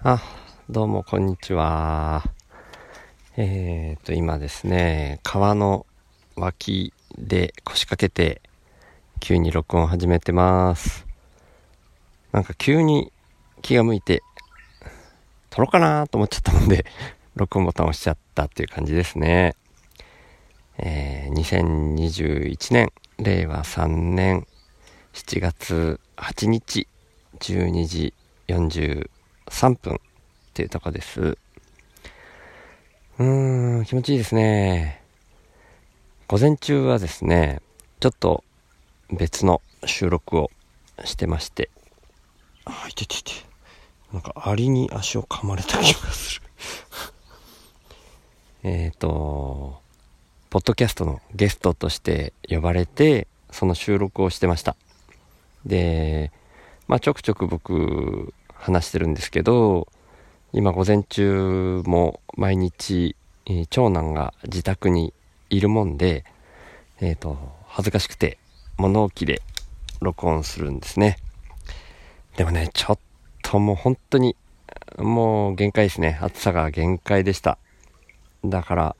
あ、どうもこんにちは。今ですね、川の脇で腰掛けて急に録音を始めてます。なんか急に気が向いて撮ろうかなと思っちゃったもんで録音ボタンを押しちゃったっていう感じですね。2021年令和3年7月8日12時43分っていうとこです。気持ちいいですね。午前中はですね、ちょっと別の収録をしてまして、いててて、なんかアリに足を噛まれた気がする。ポッドキャストのゲストとして呼ばれて、その収録をしてました。で、ちょくちょく僕話してるんですけど、今午前中も毎日、長男が自宅にいるもんで、恥ずかしくて物置で録音するんですね。でもね、ちょっともう本当にもう限界ですね。暑さが限界でした。だから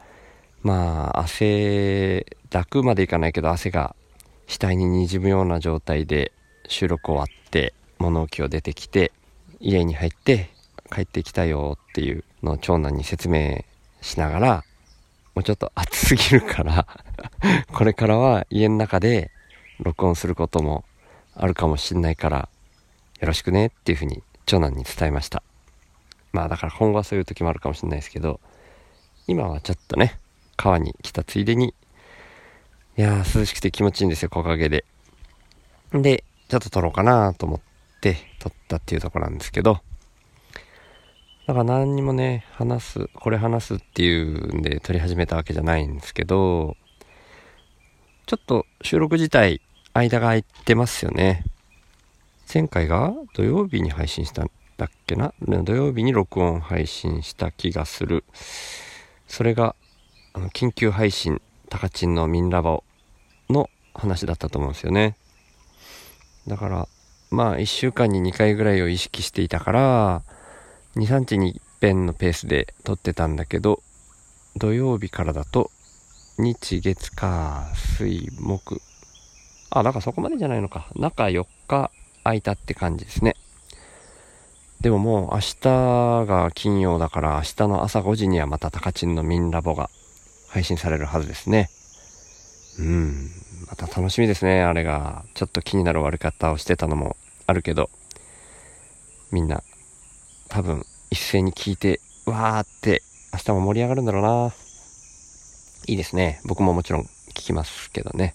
汗だくまでいかないけど汗が額ににじむような状態で収録終わって物置を出てきて家に入って帰ってきたよっていうのを長男に説明しながら、もうちょっと暑すぎるからこれからは家の中で録音することもあるかもしんないからよろしくねっていうふうに長男に伝えました。だから今後はそういう時もあるかもしれないですけど、今はちょっとね、川に来たついでに、涼しくて気持ちいいんですよ、木陰で。でちょっと撮ろうかなと思って撮ったっていうところなんですけど、だから何にもねこれ話すっていうんで撮り始めたわけじゃないんですけど、ちょっと収録自体間が空いてますよね。前回が土曜日に配信したんだっけな、土曜日に録音配信した気がする。それが緊急配信タカチンのミンラボの話だったと思うんですよね。だから1週間に2回ぐらいを意識していたから2、3日に一遍のペースで撮ってたんだけど、土曜日からだと日月火水木、だからそこまでじゃないのか、中4日空いたって感じですね。でももう明日が金曜だから明日の朝5時にはまたタカチンのミンラボが配信されるはずですね。また楽しみですね。あれがちょっと気になる終わり方をしてたのもあるけど、みんな多分一斉に聞いてわーって明日も盛り上がるんだろうな。いいですね。僕ももちろん聞きますけどね。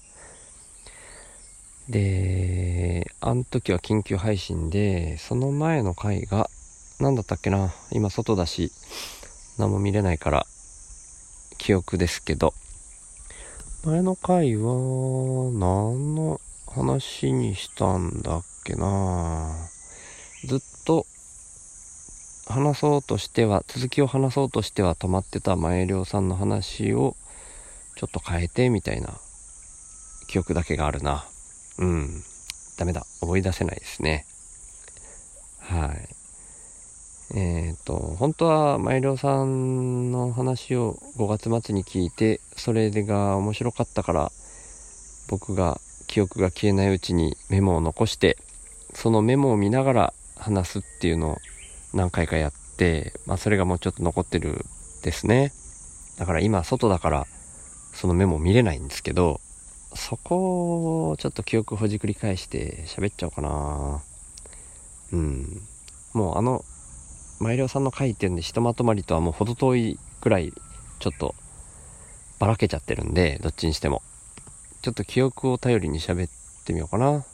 で、あの時は緊急配信で、その前の回が何だったっけな。今外だし何も見れないから記憶ですけど、前の回は何の話にしたんだっけな。ずっと続きを話そうとしては止まってた前涼さんの話をちょっと変えてみたいな記憶だけがあるな。ダメだ、思い出せないですね。はい。本当は前涼さんの話を5月末に聞いて、それが面白かったから僕が記憶が消えないうちにメモを残して、そのメモを見ながら話すっていうのを何回かやって、それがもうちょっと残ってるですね。だから今外だからそのメモ見れないんですけど、そこをちょっと記憶をほじくり返して喋っちゃおうかな。もう前涼さんの回ってんでひとまとまりとはもう程遠いくらいちょっとばらけちゃってるんで、どっちにしてもちょっと記憶を頼りに喋ってみようかな。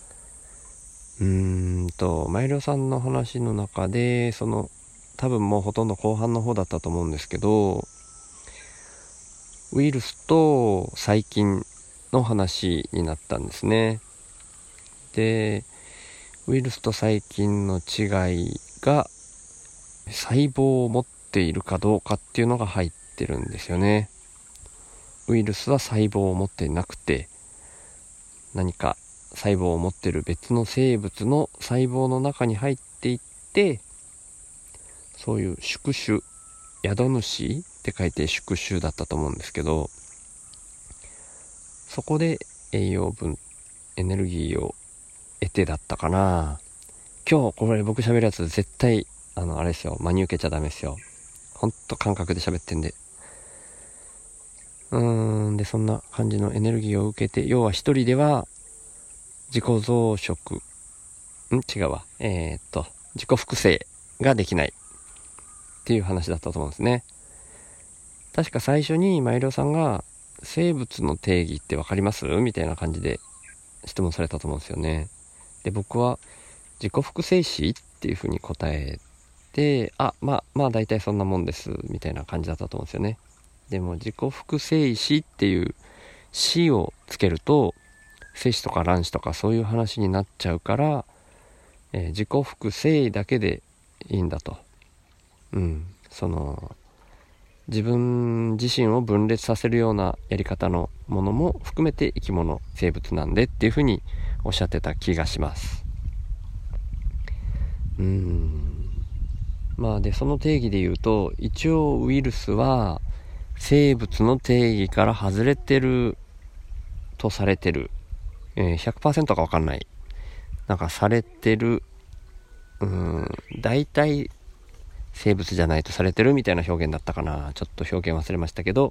前涼さんの話の中で多分もうほとんど後半の方だったと思うんですけど、ウイルスと細菌の話になったんですね。で、ウイルスと細菌の違いが細胞を持っているかどうかっていうのが入ってるんですよね。ウイルスは細胞を持ってなくて、何か細胞を持っている別の生物の細胞の中に入っていって、 そういう宿主、宿主って書いて宿主だったと思うんですけど、そこで栄養分、エネルギーを得てだったかな。今日これ僕喋るやつ絶対あれですよ、真に受けちゃダメですよ。ほんと感覚で喋ってんで。でそんな感じのエネルギーを受けて、要は一人では自己増殖、違うわ、自己複製ができないっていう話だったと思うんですね。確か最初にマイロさんが生物の定義ってわかりますみたいな感じで質問されたと思うんですよね。で僕は自己複製子っていうふうに答えて、まあ大体そんなもんですみたいな感じだったと思うんですよね。でも自己複製子っていう子をつけると精子とか卵子とかそういう話になっちゃうから、自己複製だけでいいんだと。その自分自身を分裂させるようなやり方のものも含めて生き物、生物なんでっていうふうにおっしゃってた気がします。まあでその定義で言うと、一応ウイルスは生物の定義から外れてるとされてる、100% か分かんない、なんかされてる、大体生物じゃないとされてるみたいな表現だったかな。ちょっと表現忘れましたけど、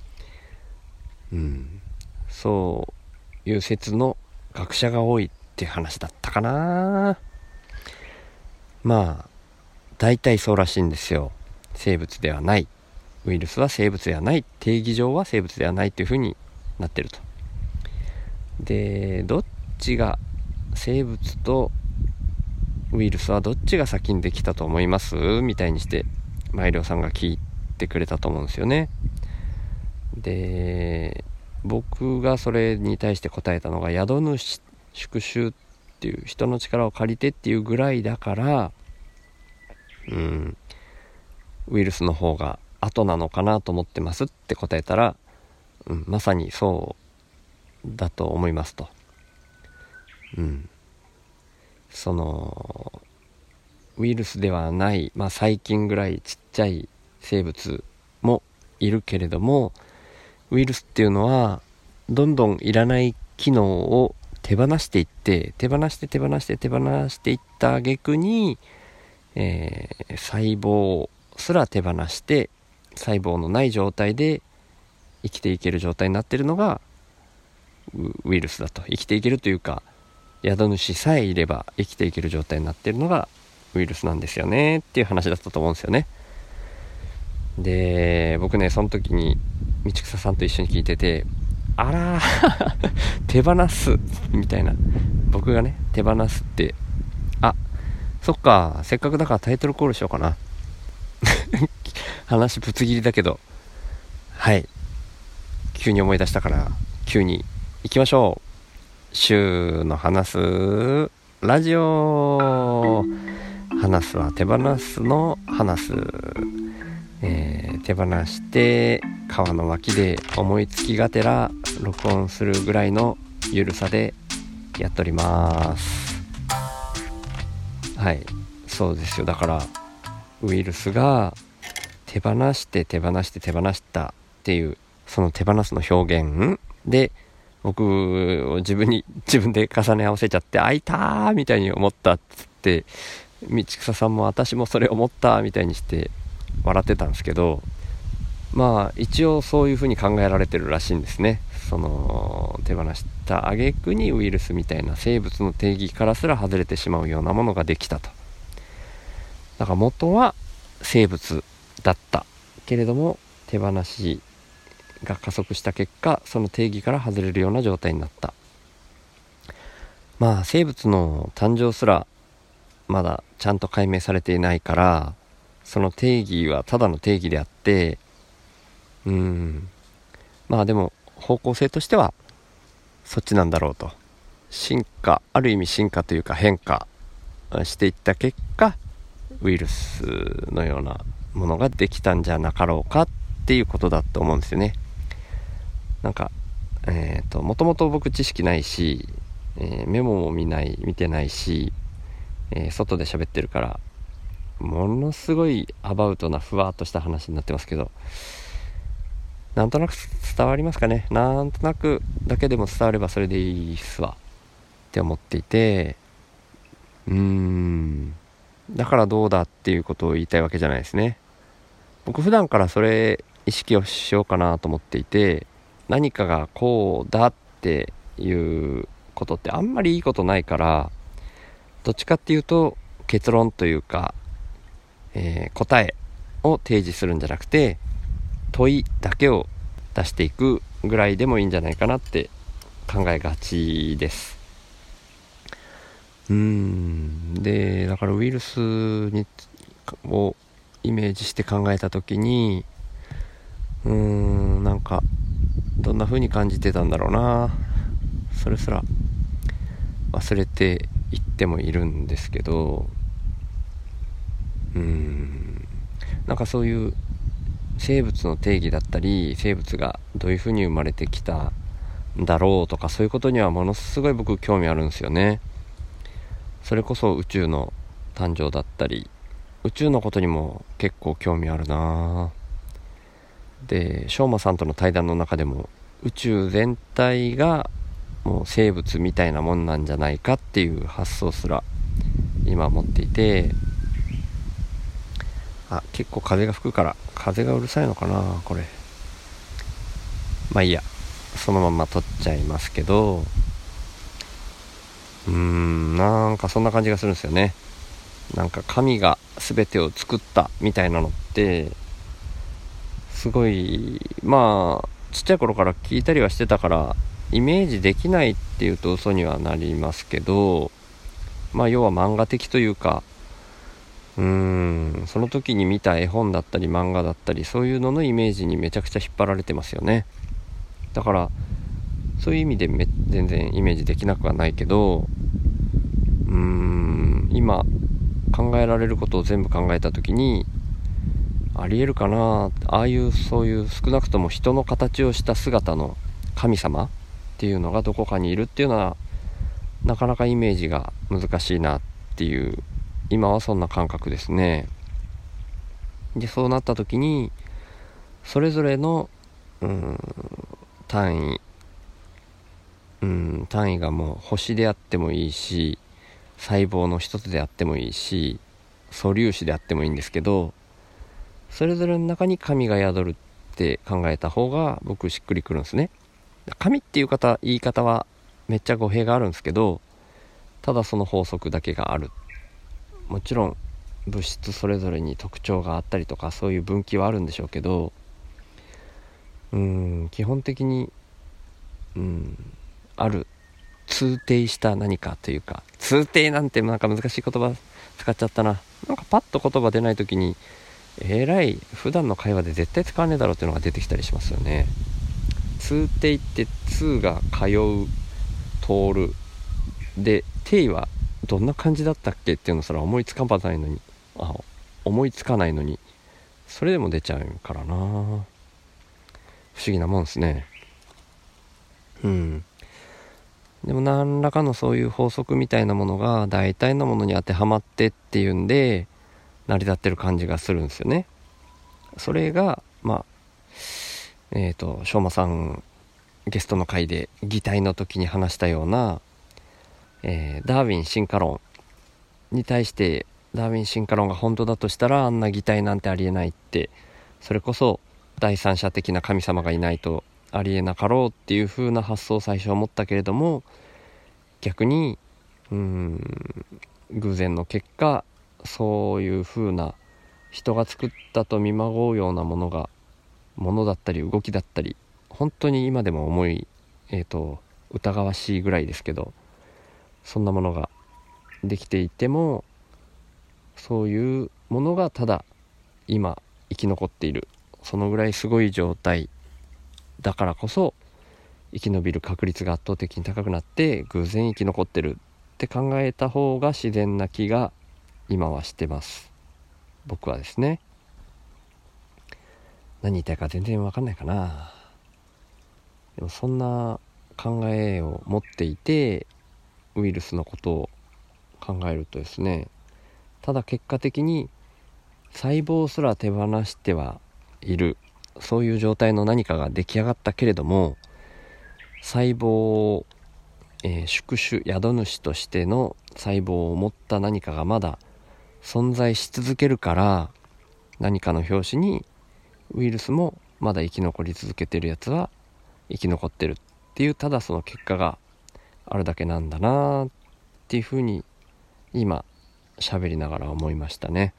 そういう説の学者が多いって話だったかな。まあ大体そうらしいんですよ。生物ではない、ウイルスは生物ではない、定義上は生物ではないというふうになってると。でどっちが、生物とウイルスはどっちが先にできたと思いますみたいにしてマイリョウさんが聞いてくれたと思うんですよね。で僕がそれに対して答えたのが、宿主宿主っていう人の力を借りてっていうぐらいだから、ウイルスの方が後なのかなと思ってますって答えたら、まさにそうだと思いますと。そのウイルスではない、細菌ぐらいちっちゃい生物もいるけれども、ウイルスっていうのはどんどんいらない機能を手放していって、手放していった挙句に、細胞すら手放して、細胞のない状態で生きていける状態になっているのがウイルスだと。生きていけるというか、宿主さえいれば生きていける状態になっているのがウイルスなんですよねっていう話だったと思うんですよね。で僕ね、その時に道草さんと一緒に聞いてて、あら手放すみたいな、僕がね手放すって、そっか、せっかくだからタイトルコールしようかな話ぶつ切りだけど、急に思い出したから急に行きましょう。週の話すラジオ。話すは手放すの話す、手放して川の脇で思いつきがてら録音するぐらいのゆるさでやっております。そうですよ。だからウイルスが手放したっていう、その手放すの表現で僕を自分で重ね合わせちゃって、いたーみたいに思ったっつって、道草さんも私もそれ思ったみたいにして笑ってたんですけど、一応そういう風に考えられてるらしいんですね。その手放した挙句にウイルスみたいな生物の定義からすら外れてしまうようなものができたと。だから元は生物だったけれども、手放しが加速した結果、その定義から外れるような状態になった。生物の誕生すらまだちゃんと解明されていないから、その定義はただの定義であって、でも方向性としてはそっちなんだろうと。ある意味進化というか変化していった結果、ウイルスのようなものができたんじゃなかろうかっていうことだと思うんですよね。もともと僕知識ないし、メモも見てないし、外で喋ってるからものすごいアバウトなふわっとした話になってますけど、なんとなく伝わりますかね。なんとなくだけでも伝わればそれでいいっすわって思っていて、だからどうだっていうことを言いたいわけじゃないですね。僕普段からそれ意識をしようかなと思っていて、何かがこうだっていうことってあんまりいいことないから、どっちかっていうと結論というか、答えを提示するんじゃなくて問いだけを出していくぐらいでもいいんじゃないかなって考えがちです。でだからウイルスをイメージして考えた時に、なんかどんな風に感じてたんだろうな、それすら忘れていってもいるんですけど、なんかそういう生物の定義だったり、生物がどういう風に生まれてきたんだろうとか、そういうことにはものすごい僕興味あるんですよね。それこそ宇宙の誕生だったり、宇宙のことにも結構興味あるな。で、しょうまさんとの対談の中でも宇宙全体がもう生物みたいなもんなんじゃないかっていう発想すら今持っていて、結構風が吹くから風がうるさいのかなこれ。まあいいや、そのまま撮っちゃいますけど、なんかそんな感じがするんですよね。なんか神が全てを作ったみたいなのってすごい、まあちっちゃい頃から聞いたりはしてたからイメージできないっていうと嘘にはなりますけど、まあ要は漫画的というか、その時に見た絵本だったり漫画だったり、そういうののイメージにめちゃくちゃ引っ張られてますよね。だからそういう意味で全然イメージできなくはないけど、今考えられることを全部考えた時に、ありえるかな、ああいうそういう少なくとも人の形をした姿の神様っていうのがどこかにいるっていうのはなかなかイメージが難しいなっていう、今はそんな感覚ですね。でそうなった時にそれぞれの単位単位がもう星であってもいいし、細胞の一つであってもいいし、素粒子であってもいいんですけど、それぞれの中に神が宿るって考えた方が僕しっくりくるんですね。神っていう言い方はめっちゃ語弊があるんですけど、ただその法則だけがある。もちろん物質それぞれに特徴があったりとか、そういう分岐はあるんでしょうけど、基本的にある通底した何かというか、通底なんてなんか難しい言葉使っちゃったな。なんかパッと言葉出ない時に普段の会話で絶対使わねえだろうっていうのが出てきたりしますよね。通底って通が通う、通るで、定はどんな感じだったっけっていうのすら思いつかないのにそれでも出ちゃうからな。不思議なもんですね。でも何らかのそういう法則みたいなものが大体のものに当てはまってっていうんで成り立ってる感じがするんですよね。それがしょうまさんゲストの回で擬態の時に話したような、ダーウィン進化論に対して、ダーウィン進化論が本当だとしたらあんな擬態なんてありえないって、それこそ第三者的な神様がいないとありえなかろうっていう風な発想を最初は持ったけれども、逆に偶然の結果そういう風な人が作ったと見まごうようなものだったり動きだったり、本当に今でも疑わしいぐらいですけど、そんなものができていても、そういうものがただ今生き残っている、そのぐらいすごい状態だからこそ生き延びる確率が圧倒的に高くなって偶然生き残ってるって考えた方が自然な気が今はしてます、僕はですね。何言いたいか全然わかんないかな。でもそんな考えを持っていてウイルスのことを考えるとですね、ただ結果的に細胞すら手放してはいる、そういう状態の何かが出来上がったけれども、細胞を、宿主宿主としての細胞を持った何かがまだ存在し続けるから、何かの拍子にウイルスもまだ生き残り続けてるやつは生き残ってるっていう、ただその結果があるだけなんだなっていうふうに今喋りながら思いましたね。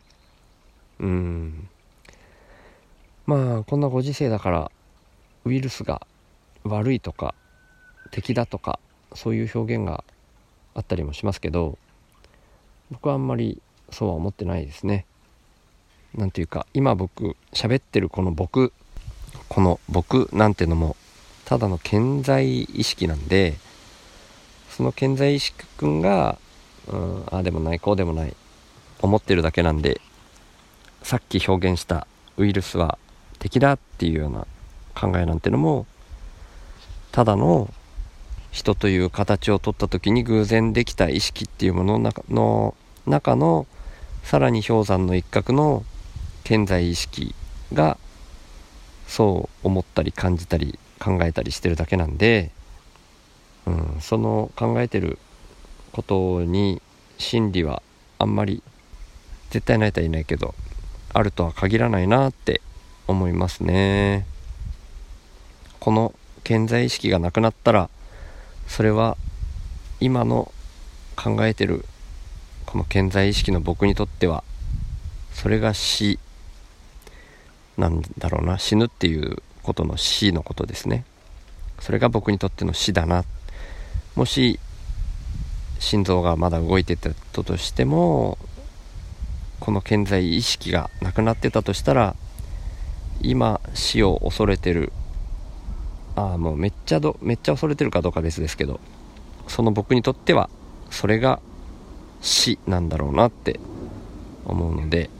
まあこんなご時世だからウイルスが悪いとか敵だとかそういう表現があったりもしますけど、僕はあんまりそうは思ってないですね。なんていうか、今僕喋ってるこの僕なんてのもただの顕在意識なんで、その顕在意識くんがああでもないこうでもない思ってるだけなんで、さっき表現したウイルスは敵だっていうような考えなんてのも、ただの人という形を取った時に偶然できた意識っていうものの中のさらに氷山の一角の顕在意識がそう思ったり感じたり考えたりしてるだけなんで、その考えてることに真理はあんまり絶対ないとは言えないけどあるとは限らないなって思いますね。この顕在意識がなくなったら、それは今の考えてるこの顕在意識の僕にとってはそれが死なんだろうな。死ぬっていうことの死のことですね。それが僕にとっての死だな。もし心臓がまだ動いてたとしても、この顕在意識がなくなってたとしたら、今死を恐れてる、もうめっちゃ恐れてるかどうか別ですけど、その僕にとってはそれが死なんだろうなって思うので、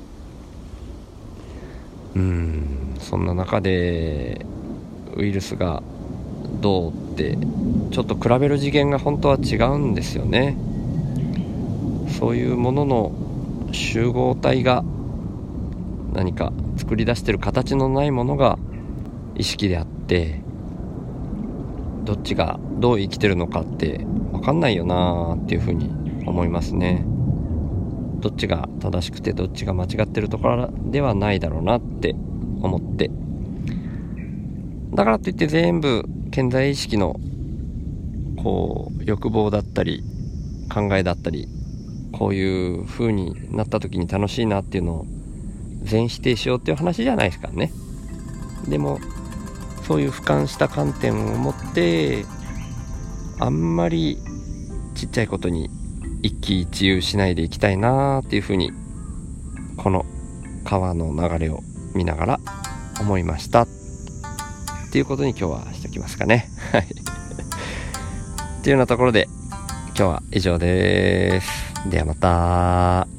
そんな中でウイルスがどうってちょっと比べる次元が本当は違うんですよね。そういうものの集合体が何か作り出してる形のないものが意識であって、どっちがどう生きてるのかって分かんないよなっていうふうに思いますね。どっちが正しくてどっちが間違ってるところではないだろうなって思って、だからといって全部顕在意識のこう欲望だったり考えだったり、こういう風になった時に楽しいなっていうのを全否定しようっていう話じゃないですからね。でもそういう俯瞰した観点を持って、あんまりちっちゃいことに一喜一憂しないでいきたいなっていう風に、この川の流れを見ながら思いましたっていうことに今日はしておきますかね。はいっていうようなところで今日は以上です。ではまた。